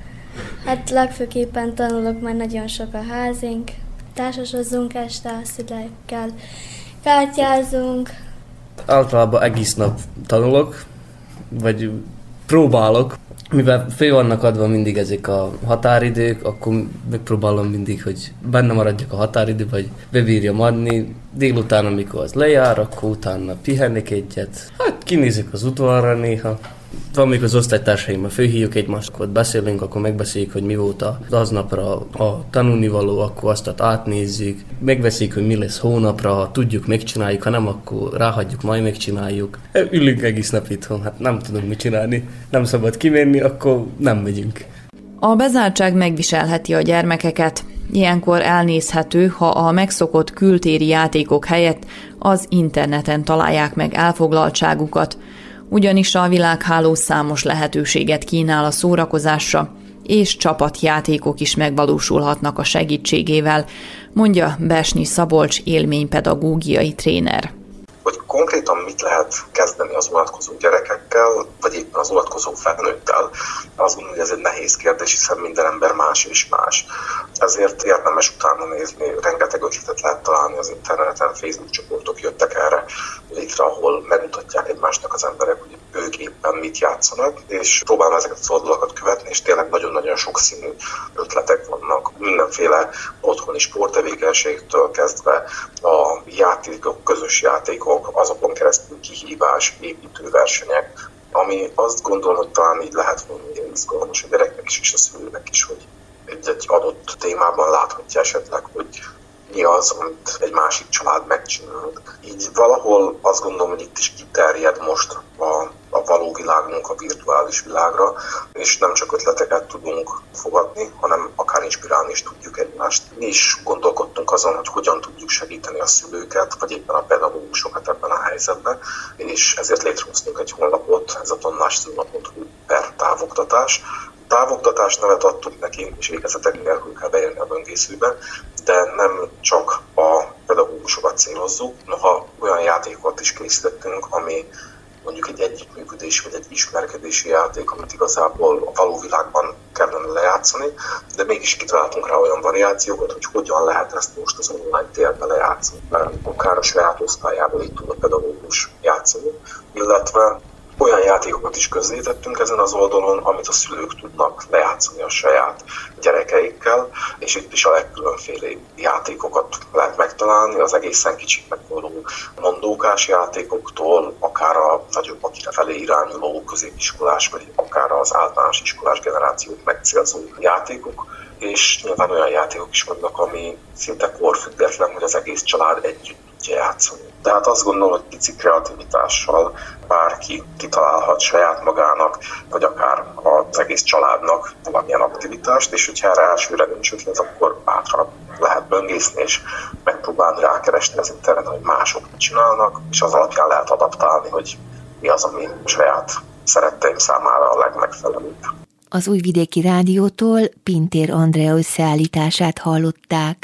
Speaker 22: hát legfőképpen tanulok, mert nagyon sok a házink. Társasozunk este a szüleikkel, kártyázunk.
Speaker 23: Általában egész nap tanulok, vagy próbálok. Mivel fő vannak adva mindig ezek a határidők, akkor megpróbálom mindig, hogy benne maradjak a határidő, vagy bebírjam adni. Délután, amikor az lejár, akkor utána pihennek egyet. Hát kinézek az udvarra néha. Valamikor az osztálytársaimmal fölhívjuk egymást, akkor beszélünk, akkor megbeszéljük, hogy mi volt az aznapra a tanulnivaló, akkor azt átnézzük. Megbeszéljük, hogy mi lesz hónapra, ha tudjuk, megcsináljuk, ha nem, akkor ráhagyjuk, majd megcsináljuk. Ülünk egész nap itthon, hát nem tudunk mit csinálni, nem szabad kimenni, akkor nem megyünk.
Speaker 13: A bezártság megviselheti a gyermekeket. Ilyenkor elnézhető, ha a megszokott kültéri játékok helyett az interneten találják meg elfoglaltságukat, ugyanis a világháló számos lehetőséget kínál a szórakozásra, és csapatjátékok is megvalósulhatnak a segítségével, mondja Besnyi Szabolcs élménypedagógiai tréner.
Speaker 24: Hogy konkrétan mit lehet kezdeni az unatkozó gyerekekkel, vagy éppen az unatkozó felnőttel, azt gondolom, hogy ez egy nehéz kérdés, hiszen minden ember más és más. Ezért érdemes utána nézni, rengeteg ötletet lehet találni az interneten, Facebook csoportok jöttek erre létre, ahol megmutatják egymásnak az emberek, hogy ők éppen mit játszanak, és próbálom ezeket az oldalakat követni, és tényleg nagyon-nagyon sokszínű ötletek vannak. Mindenféle otthoni sporttevékenységtől kezdve a játékok, közös játékok, azokon keresztül kihívás, építőversenyek, ami azt gondolom, hogy talán így lehet volna izgalmas a gyereknek is és a szülőnek is, hogy egy adott témában láthatja esetleg, hogy mi az, amit egy másik család megcsinál. Így valahol azt gondolom, hogy itt is kiterjed most a való világunk a virtuális világra, és nem csak ötleteket tudunk fogadni, hanem akár inspirálni is tudjuk egymást. Mi is gondolkodtunk azon, hogy hogyan tudjuk segíteni a szülőket, vagy éppen a pedagógusokat ebben a helyzetben, és ezért létrehoztunk egy honlapot, ez a tonnásszínlap.hu/távoktatás. Távoktatás nevet adtuk neki, és végezetek nélkül kell beérni a böngészőbe, de nem csak a pedagógusokat célozzuk, noha olyan játékokat is készítettünk, ami mondjuk egy együttműködés vagy egy ismerkedési játék, amit igazából a való világban kellene lejátszani, de mégis kitaláltunk rá olyan variációkat, hogy hogyan lehet ezt most az online térben lejátszani, mert akár a saját osztályával így tud a pedagógus játszani, illetve olyan játékokat is közzétettünk ezen az oldalon, amit a szülők tudnak lejátszani a saját gyerekeikkel, és itt is a legkülönfélébb játékokat lehet megtalálni, az egészen kicsiknek való mondókás játékoktól, akár a nagyobbakra felé irányuló középiskolás, vagy akár az általános iskolás generációt megcélzó játékok, és nyilván olyan játékok is vannak, ami szinte korfüggetlen, hogy az egész család együtt tudja játszani. Tehát azt gondolom, hogy pici kreativitással bárki kitalálhat saját magának, vagy akár az egész családnak valamilyen aktivitást, és hogyha erre elsőre nincs ötlet, akkor bátran lehet böngészni, és megpróbálni rákeresni az interneten, hogy mások mit csinálnak, és az alapján lehet adaptálni, hogy mi az, ami saját szeretteim számára a legmegfelelőbb.
Speaker 2: Az Újvidéki Rádiótól Pintér Andrea összeállítását hallották.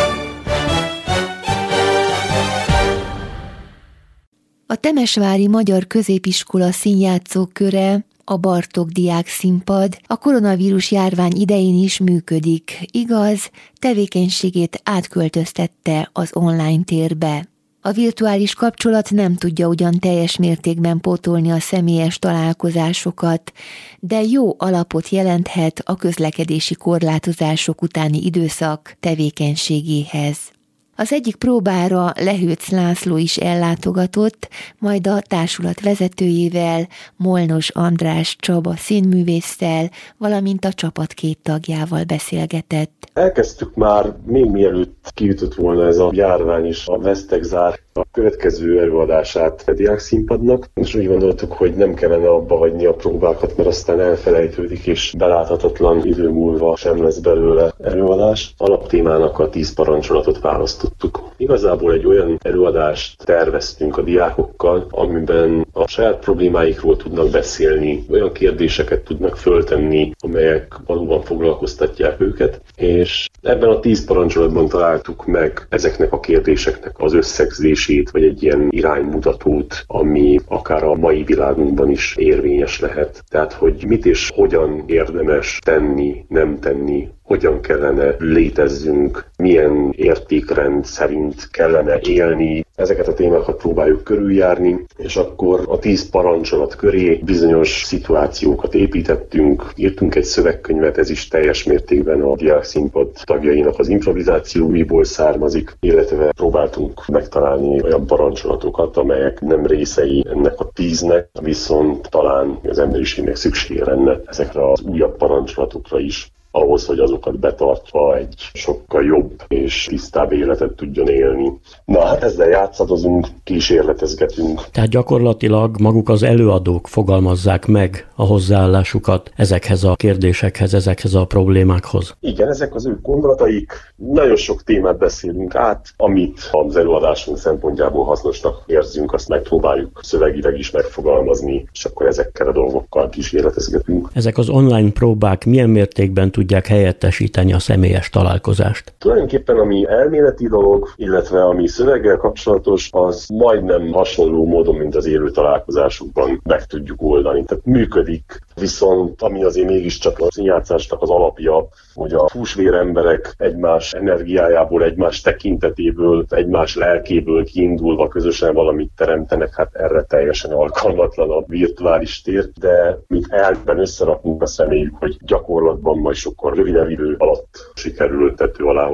Speaker 2: A Temesvári Magyar Középiskola színjátszó köre, a Bartók Diák Színpad a koronavírus járvány idején is működik, igaz, tevékenységét átköltöztette az online térbe. A virtuális kapcsolat nem tudja ugyan teljes mértékben pótolni a személyes találkozásokat, de jó alapot jelenthet a közlekedési korlátozások utáni időszak tevékenységéhez. Az egyik próbára Lehőc László is ellátogatott, majd a társulat vezetőjével, Molnos András Csaba színművésszel, valamint a csapat két tagjával beszélgetett.
Speaker 1: Elkezdtük már még mielőtt kiütött volna ez a járvány is a Vesztegzár a következő előadását a Diák Színpadnak, és úgy gondoltuk, hogy nem kellene abba hagyni a próbákat, mert aztán elfelejtődik, és beláthatatlan idő múlva sem lesz belőle előadás. Alaptémának a 10 parancsolatot választottuk. Igazából egy olyan előadást terveztünk a diákokkal, amiben a saját problémáikról tudnak beszélni, olyan kérdéseket tudnak föltenni, amelyek valóban foglalkoztatják őket, és ebben a 10 parancsolatban találtuk meg ezeknek a kérdéseknek az összegzését, vagy egy ilyen iránymutatót, ami akár a mai világunkban is érvényes lehet. Tehát, hogy mit és hogyan érdemes tenni, nem tenni, hogyan kellene létezzünk, milyen értékrend szerint kellene élni. Ezeket a témákat próbáljuk körüljárni, és akkor a 10 parancsolat köré bizonyos szituációkat építettünk, írtunk egy szövegkönyvet, ez is teljes mértékben a Diák Színpad tagjainak az improvizációiból származik, illetve próbáltunk megtalálni olyan parancsolatokat, amelyek nem részei ennek a 10-nek, viszont talán az emberiségnek szüksége lenne ezekre az újabb parancsolatokra is, ahhoz, hogy azokat betartva egy sokkal jobb és tisztább életet tudjon élni. Na hát ezzel játszadozunk, kísérletezgetünk.
Speaker 5: Tehát gyakorlatilag maguk az előadók fogalmazzák meg a hozzáállásukat ezekhez a kérdésekhez, ezekhez a problémákhoz.
Speaker 1: Igen, ezek az ő gondolataik. Nagyon sok témát beszélünk át, amit az előadásunk szempontjából hasznosnak érzünk, azt megpróbáljuk szövegileg is megfogalmazni, és akkor ezekkel a dolgokkal kísérletezgetünk.
Speaker 5: Ezek az online próbák milyen mértékben tudják helyettesíteni a személyes találkozást?
Speaker 1: Tulajdonképpen ami elméleti dolog, illetve ami szöveggel kapcsolatos, az majdnem hasonló módon, mint az élő találkozásokban meg tudjuk oldani. Tehát működik, viszont ami azért mégiscsak a színjátszásnak az alapja, hogy a húsvér emberek egymás energiájából, egymás tekintetéből, egymás lelkéből kiindulva közösen valamit teremtenek, hát erre teljesen alkalmatlan a virtuális tér, de mit elben összerakunk, azt reméljük, hogy gyakorlatban majd sokkal rövidebb idő alatt sikerül tető alá hozni.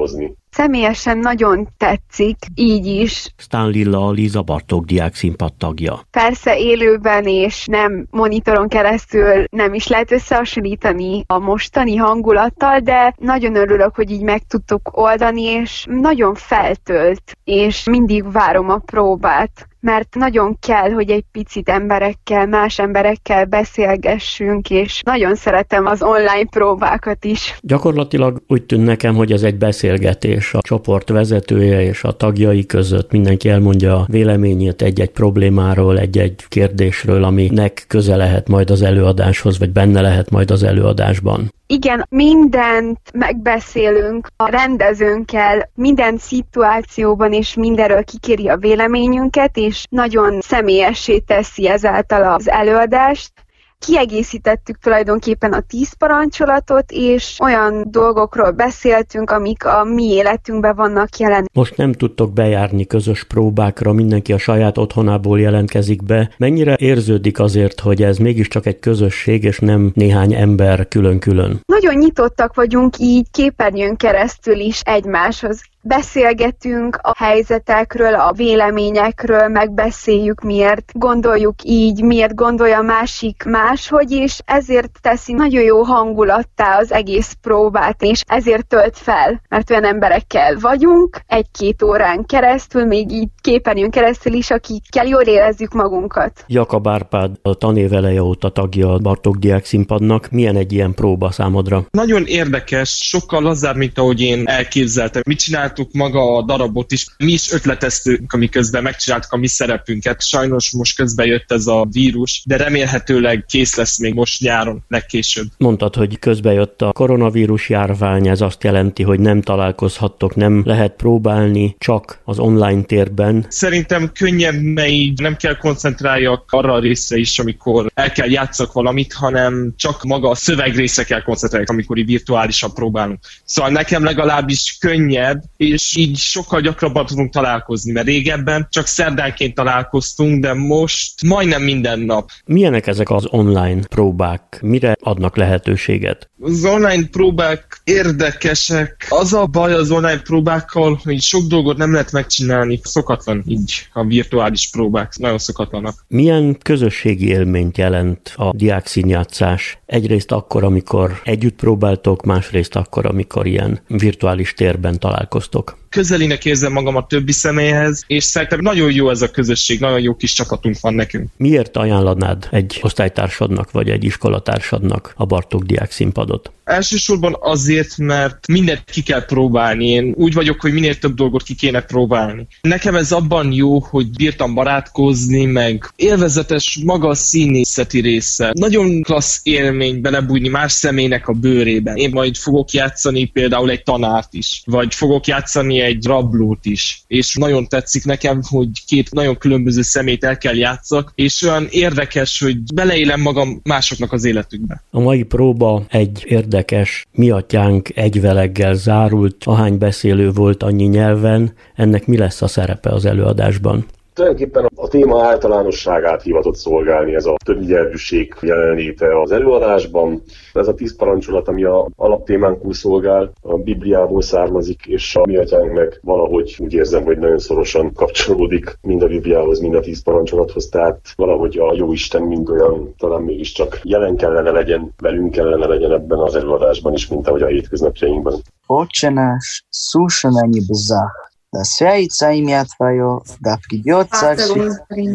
Speaker 3: Személyesen nagyon tetszik, így is.
Speaker 5: Stánlilla Liza Bartók diákszínpad tagja.
Speaker 3: Persze élőben és nem monitoron keresztül nem is lehet összehasonlítani a mostani hangulattal, de nagyon örülök, hogy így meg tudtuk oldani, és nagyon feltölt, és mindig várom a próbát. Mert nagyon kell, hogy egy picit más emberekkel beszélgessünk, és nagyon szeretem az online próbákat is.
Speaker 5: Gyakorlatilag úgy tűnt nekem, hogy ez egy beszélgetés a csoport vezetője és a tagjai között. Mindenki elmondja a véleményét egy-egy problémáról, egy-egy kérdésről, aminek köze lehet majd az előadáshoz, vagy benne lehet majd az előadásban.
Speaker 3: Igen, mindent megbeszélünk a rendezőnkkel, minden szituációban és mindenről kikéri a véleményünket, és nagyon személyessé teszi ezáltal az előadást. Kiegészítettük tulajdonképpen a 10 parancsolatot, és olyan dolgokról beszéltünk, amik a mi életünkben vannak jelen.
Speaker 5: Most nem tudtok bejárni közös próbákra, mindenki a saját otthonából jelentkezik be. Mennyire érződik azért, hogy ez mégiscsak egy közösség, és nem néhány ember külön-külön?
Speaker 3: Nagyon nyitottak vagyunk így képernyőn keresztül is egymáshoz. Beszélgetünk a helyzetekről, a véleményekről, megbeszéljük, miért gondoljuk így, miért gondolja a másik máshogy, és ezért teszi nagyon jó hangulattá az egész próbát, és ezért tölt fel, mert olyan emberekkel vagyunk, 1-2 órán keresztül, még így képernyőn keresztül is, akikkel jól érezzük magunkat.
Speaker 5: Jakab Árpád a tanéveleje óta tagja a Bartók diákszínpadnak. Milyen egy ilyen próba számodra?
Speaker 4: Nagyon érdekes, sokkal lazább, mint ahogy én elképzeltem. Mit csináltuk maga a darabot is. Mi is ötleteztünk, amiközben megcsináltuk a mi szerepünket. Sajnos most közben jött ez a vírus, de remélhetőleg kész lesz még most nyáron, legkésőbb.
Speaker 5: Mondtad, hogy közben jött a koronavírus járvány, ez azt jelenti, hogy nem találkozhattok, nem lehet próbálni csak az online térben.
Speaker 4: Szerintem könnyebb, mert így nem kell koncentráljak arra a részre is, amikor el kell játszak valamit, hanem csak maga a szövegrészre kell koncentráljak, amikor így virtuálisan próbálunk. Szóval nekem legalábbis könnyebb, és így sokkal gyakrabban tudunk találkozni, mert régebben csak szerdánként találkoztunk, de most majdnem minden nap.
Speaker 5: Milyenek ezek az online próbák? Mire adnak lehetőséget?
Speaker 4: Az online próbák érdekesek. Az a baj az online próbákkal, hogy sok dolgot nem lehet megcsinálni. Szokatlan így a virtuális próbák. Nagyon szokatlanak.
Speaker 5: Milyen közösségi élményt jelent a diákszínjátszás? Egyrészt akkor, amikor együtt próbáltok, másrészt akkor, amikor ilyen virtuális térben találkoztok.
Speaker 4: Közelinek érzem magam a többi személyhez, és szerintem nagyon jó ez a közösség, nagyon jó kis csapatunk van nekünk.
Speaker 5: Miért ajánlanád egy osztálytársadnak vagy egy iskolatársadnak a Bartók diákszínpadot?
Speaker 4: Elsősorban azért, mert mindent ki kell próbálni. Én úgy vagyok, hogy minél több dolgot ki kéne próbálni. Nekem ez abban jó, hogy bírtam barátkozni, meg élvezetes maga a színészeti része. Nagyon klassz élmény belebújni más személynek a bőrébe. Én majd fogok játszani például egy tanárt is, vagy fogok játszani egy rablót is. És nagyon tetszik nekem, hogy 2 nagyon különböző személyt el kell játszak, és olyan érdekes, hogy beleélem magam másoknak az életükbe.
Speaker 5: A mai próba egy érdekes mi atyánk egyveleggel zárult, ahány beszélő volt annyi nyelven, ennek mi lesz a szerepe az előadásban?
Speaker 1: Tulajdonképpen a téma általánosságát hivatott szolgálni, ez a többnyelvűség jelenléte az előadásban. Ez a 10 parancsolat, ami a alaptémánkul szolgál, a Bibliából származik, és a mi atyánk meg valahogy úgy érzem, hogy nagyon szorosan kapcsolódik mind a Bibliához, mind a 10 parancsolathoz, tehát valahogy a Jóisten mind olyan, talán mégiscsak jelen kellene legyen, velünk kellene legyen ebben az előadásban is, mint ahogy a hétköznapjainkban.
Speaker 6: Отче наш, суша на небесах, да святится имя Твое, да придет Царствие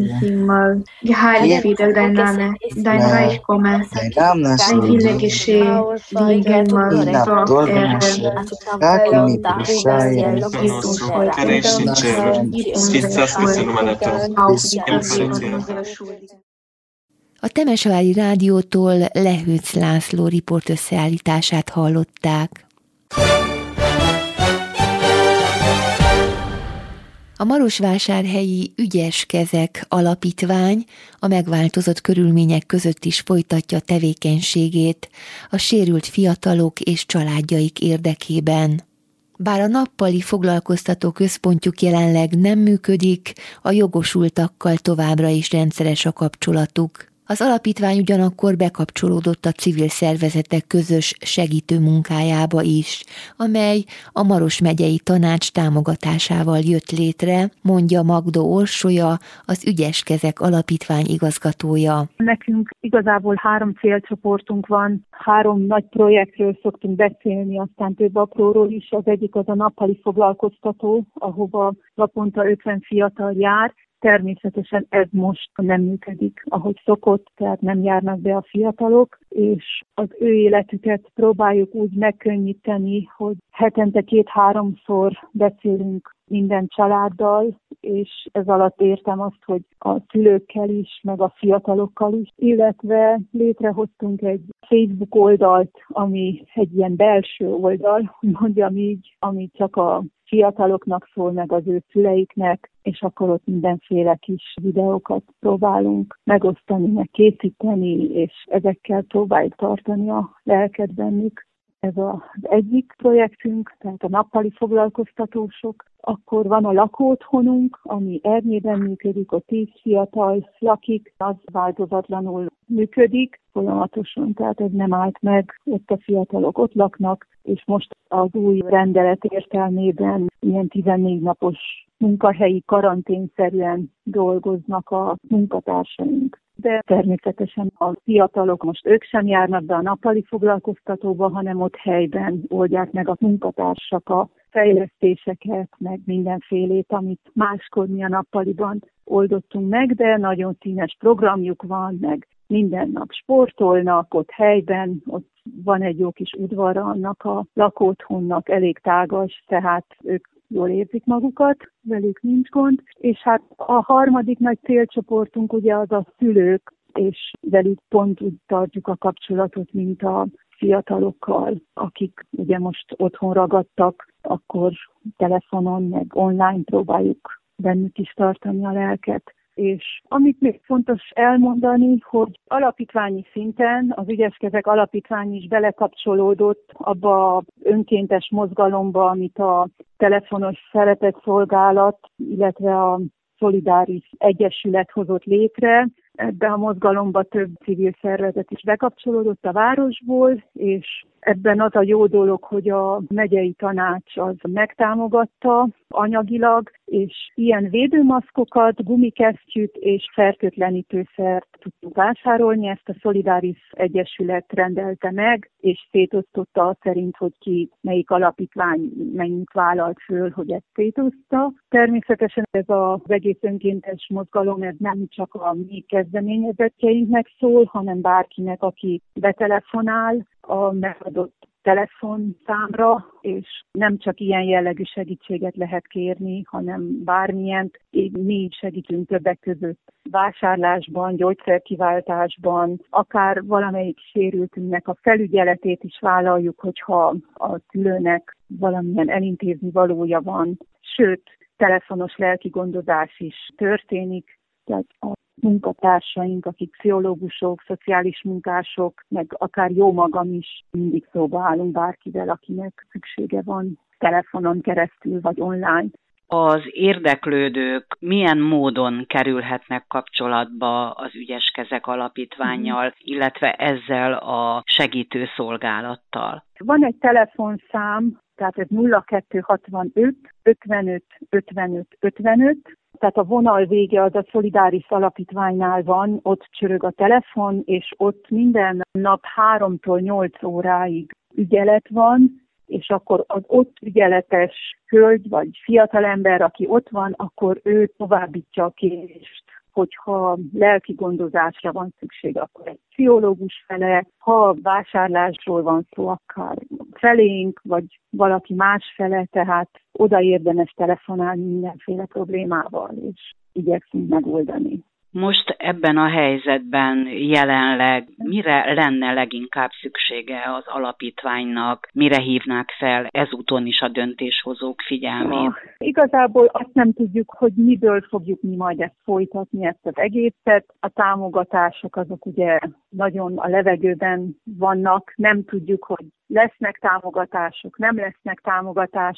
Speaker 7: Твое. Гeheiligt werde dein Name, dein Reich komme, dein Wille geschehe, wie im Himmel, so auf Erden.
Speaker 6: как и мы прощаем,
Speaker 7: Gib uns heute unseren Gib unsere Schuld.
Speaker 2: A Temesvári Rádiótól Lehőc László riport összeállítását hallották. A Marosvásárhelyi Ügyes Kezek Alapítvány a megváltozott körülmények között is folytatja tevékenységét a sérült fiatalok és családjaik érdekében. Bár a nappali foglalkoztató központjuk jelenleg nem működik, a jogosultakkal továbbra is rendszeres a kapcsolatuk. Az alapítvány ugyanakkor bekapcsolódott a civil szervezetek közös segítő munkájába is, amely a Maros megyei tanács támogatásával jött létre, mondja Magda Orsolya, az Ügyes Kezek Alapítvány igazgatója.
Speaker 8: Nekünk igazából 3 célcsoportunk van, 3 nagy projektről szoktunk beszélni, aztán több apróról is. Az egyik az a nappali foglalkoztató, ahova naponta 50 fiatal jár. Természetesen ez most nem működik, ahogy szokott, tehát nem járnak be a fiatalok, és az ő életüket próbáljuk úgy megkönnyíteni, hogy hetente 2-3-szor beszélünk minden családdal, és ez alatt értem azt, hogy a szülőkkel is, meg a fiatalokkal is, illetve létrehoztunk egy Facebook oldalt, ami egy ilyen belső oldal, mondjam így, ami csak a fiataloknak szól, meg az ő szüleiknek, és akkor ott mindenféle kis videókat próbálunk megosztani, meg készíteni, és ezekkel próbáljuk tartani a lelket bennük. Ez az egyik projektünk, tehát a nappali foglalkoztatósok. Akkor van a lakóotthonunk, ami Erdélyben működik, ott 10 fiatal lakik, az változatlanul működik folyamatosan, tehát ez nem állt meg, ott a fiatalok ott laknak, és most az új rendelet értelmében ilyen 14 napos munkahelyi karanténszerűen dolgoznak a munkatársaink. De természetesen a fiatalok most ők sem járnak be a nappali foglalkoztatóba, hanem ott helyben oldják meg a munkatársak a fejlesztéseket, meg mindenfélét, amit máskor mi a nappaliban oldottunk meg, de nagyon színes programjuk van, meg minden nap sportolnak ott helyben, ott van egy jó kis udvara annak a lakóotthonnak, elég tágas, tehát ők jól érzik magukat, velük nincs gond. És hát a harmadik nagy célcsoportunk ugye az a szülők, és velük pont úgy tartjuk a kapcsolatot, mint a fiatalokkal, akik ugye most otthon ragadtak, akkor telefonon, meg online próbáljuk bennük is tartani a lelket. És amit még fontos elmondani, hogy alapítványi szinten az Ügyes Kezek Alapítvány is belekapcsolódott abba az önkéntes mozgalomba, amit a telefonos szeretetszolgálat, illetve a Szolidáris Egyesület hozott létre. Ebben a mozgalomba több civil szervezet is bekapcsolódott a városból, és ebben az a jó dolog, hogy a megyei tanács az megtámogatta anyagilag, és ilyen védőmaszkokat, gumikesztyűt és fertőtlenítőszert tudtuk vásárolni. Ezt a Szolidáris Egyesület rendelte meg, és szétosztotta azt szerint, hogy ki melyik alapítvány mennyit vállalt föl, hogy ezt szétoszta. Természetesen ez az egész önkéntes mozgalom, ez nem csak a mi kezdeményezettjeinknek szól, hanem bárkinek, aki betelefonál a megadott telefonszámra, és nem csak ilyen jellegű segítséget lehet kérni, hanem bármilyent. Mi is segítünk többek között vásárlásban, gyógyszerkiváltásban, akár valamelyik sérültünknek a felügyeletét is vállaljuk, hogyha a szülőnek valamilyen elintézni valója van, sőt, telefonos lelki gondozás is történik, tehát a munkatársaink, akik pszichológusok, szociális munkások, meg akár jó magam is mindig szóba állunk bárkivel, akinek szüksége van telefonon keresztül vagy online.
Speaker 9: Az érdeklődők milyen módon kerülhetnek kapcsolatba az Ügyes Kezek Alapítvánnyal, illetve ezzel a segítőszolgálattal?
Speaker 8: Van egy telefonszám, tehát ez 0265 55 55 55, tehát a vonal vége az a Szolidáris Alapítványnál van, ott csörög a telefon, és ott minden nap 3-tól 8 óráig ügyelet van, és akkor az ott ügyeletes hölgy vagy fiatalember, aki ott van, akkor ő továbbítja a kérést, hogyha lelki gondozásra van szükség, akkor egy pszichológus fele, ha vásárlásról van szó, akár felénk, vagy valaki más fele, tehát oda érdemes telefonálni mindenféle problémával, és igyekszünk megoldani.
Speaker 9: Most ebben a helyzetben jelenleg mire lenne leginkább szüksége az alapítványnak, mire hívnák fel ezúton is a döntéshozók figyelmét?
Speaker 8: Igazából azt nem tudjuk, hogy miből fogjuk mi majd ezt folytatni, ezt az egészet. A támogatások azok ugye nagyon a levegőben vannak, nem tudjuk, hogy lesznek támogatások, nem lesznek támogatások.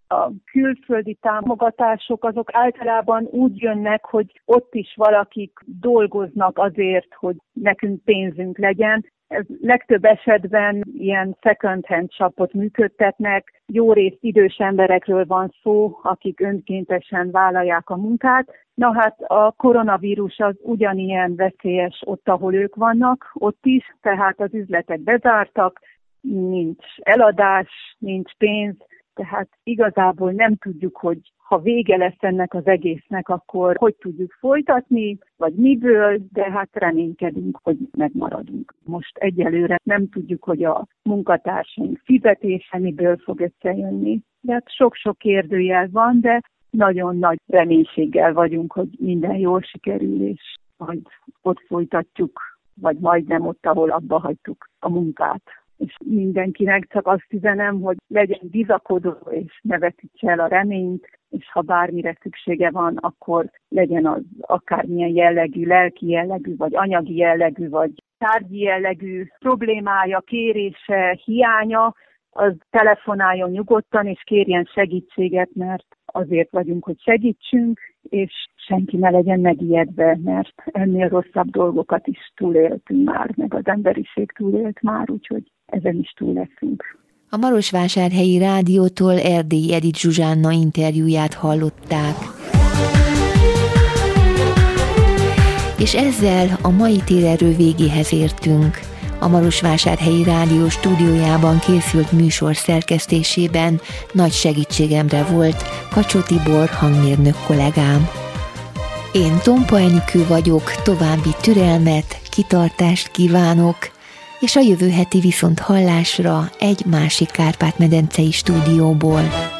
Speaker 8: A külföldi támogatások azok általában úgy jönnek, hogy ott is valakik dolgoznak azért, hogy nekünk pénzünk legyen. Ez legtöbb esetben ilyen second-hand shopot működtetnek, jó részt idős emberekről van szó, akik önkéntesen vállalják a munkát. Na hát a koronavírus az ugyanilyen veszélyes ott, ahol ők vannak, ott is, tehát az üzletek bezártak, nincs eladás, nincs pénz, tehát igazából nem tudjuk, hogy ha vége lesz ennek az egésznek, akkor hogy tudjuk folytatni, vagy miből, de hát reménykedünk, hogy megmaradunk. Most egyelőre nem tudjuk, hogy a munkatársaink fizetése miből fog összejönni. De hát sok-sok kérdőjel van, de nagyon nagy reménységgel vagyunk, hogy minden jól sikerül, és majd ott folytatjuk, vagy majdnem ott, ahol abba hagytuk a munkát. És mindenkinek csak azt üzenem, hogy legyen bizakodó, és ne veszítse el a reményt, és ha bármire szüksége van, akkor legyen az akármilyen jellegű, lelki jellegű, vagy anyagi jellegű, vagy tárgyi jellegű problémája, kérése, hiánya, az telefonáljon nyugodtan, és kérjen segítséget, mert azért vagyunk, hogy segítsünk, és senki ne legyen megijedve, mert ennél rosszabb dolgokat is túléltünk már, meg az emberiség túlélt már, úgyhogy ezen is túl leszünk.
Speaker 2: A Marosvásárhelyi Rádiótól Erdélyi Edith Zsuzsánna interjúját hallották. És ezzel a mai térerő végéhez értünk. A Marosvásárhelyi Rádió stúdiójában készült műsor szerkesztésében nagy segítségemre volt Kacsó Tibor hangmérnök kollégám. Én Tompa Enikő vagyok, további türelmet, kitartást kívánok, és a jövő heti viszonthallásra egy másik Kárpát-medencei stúdióból.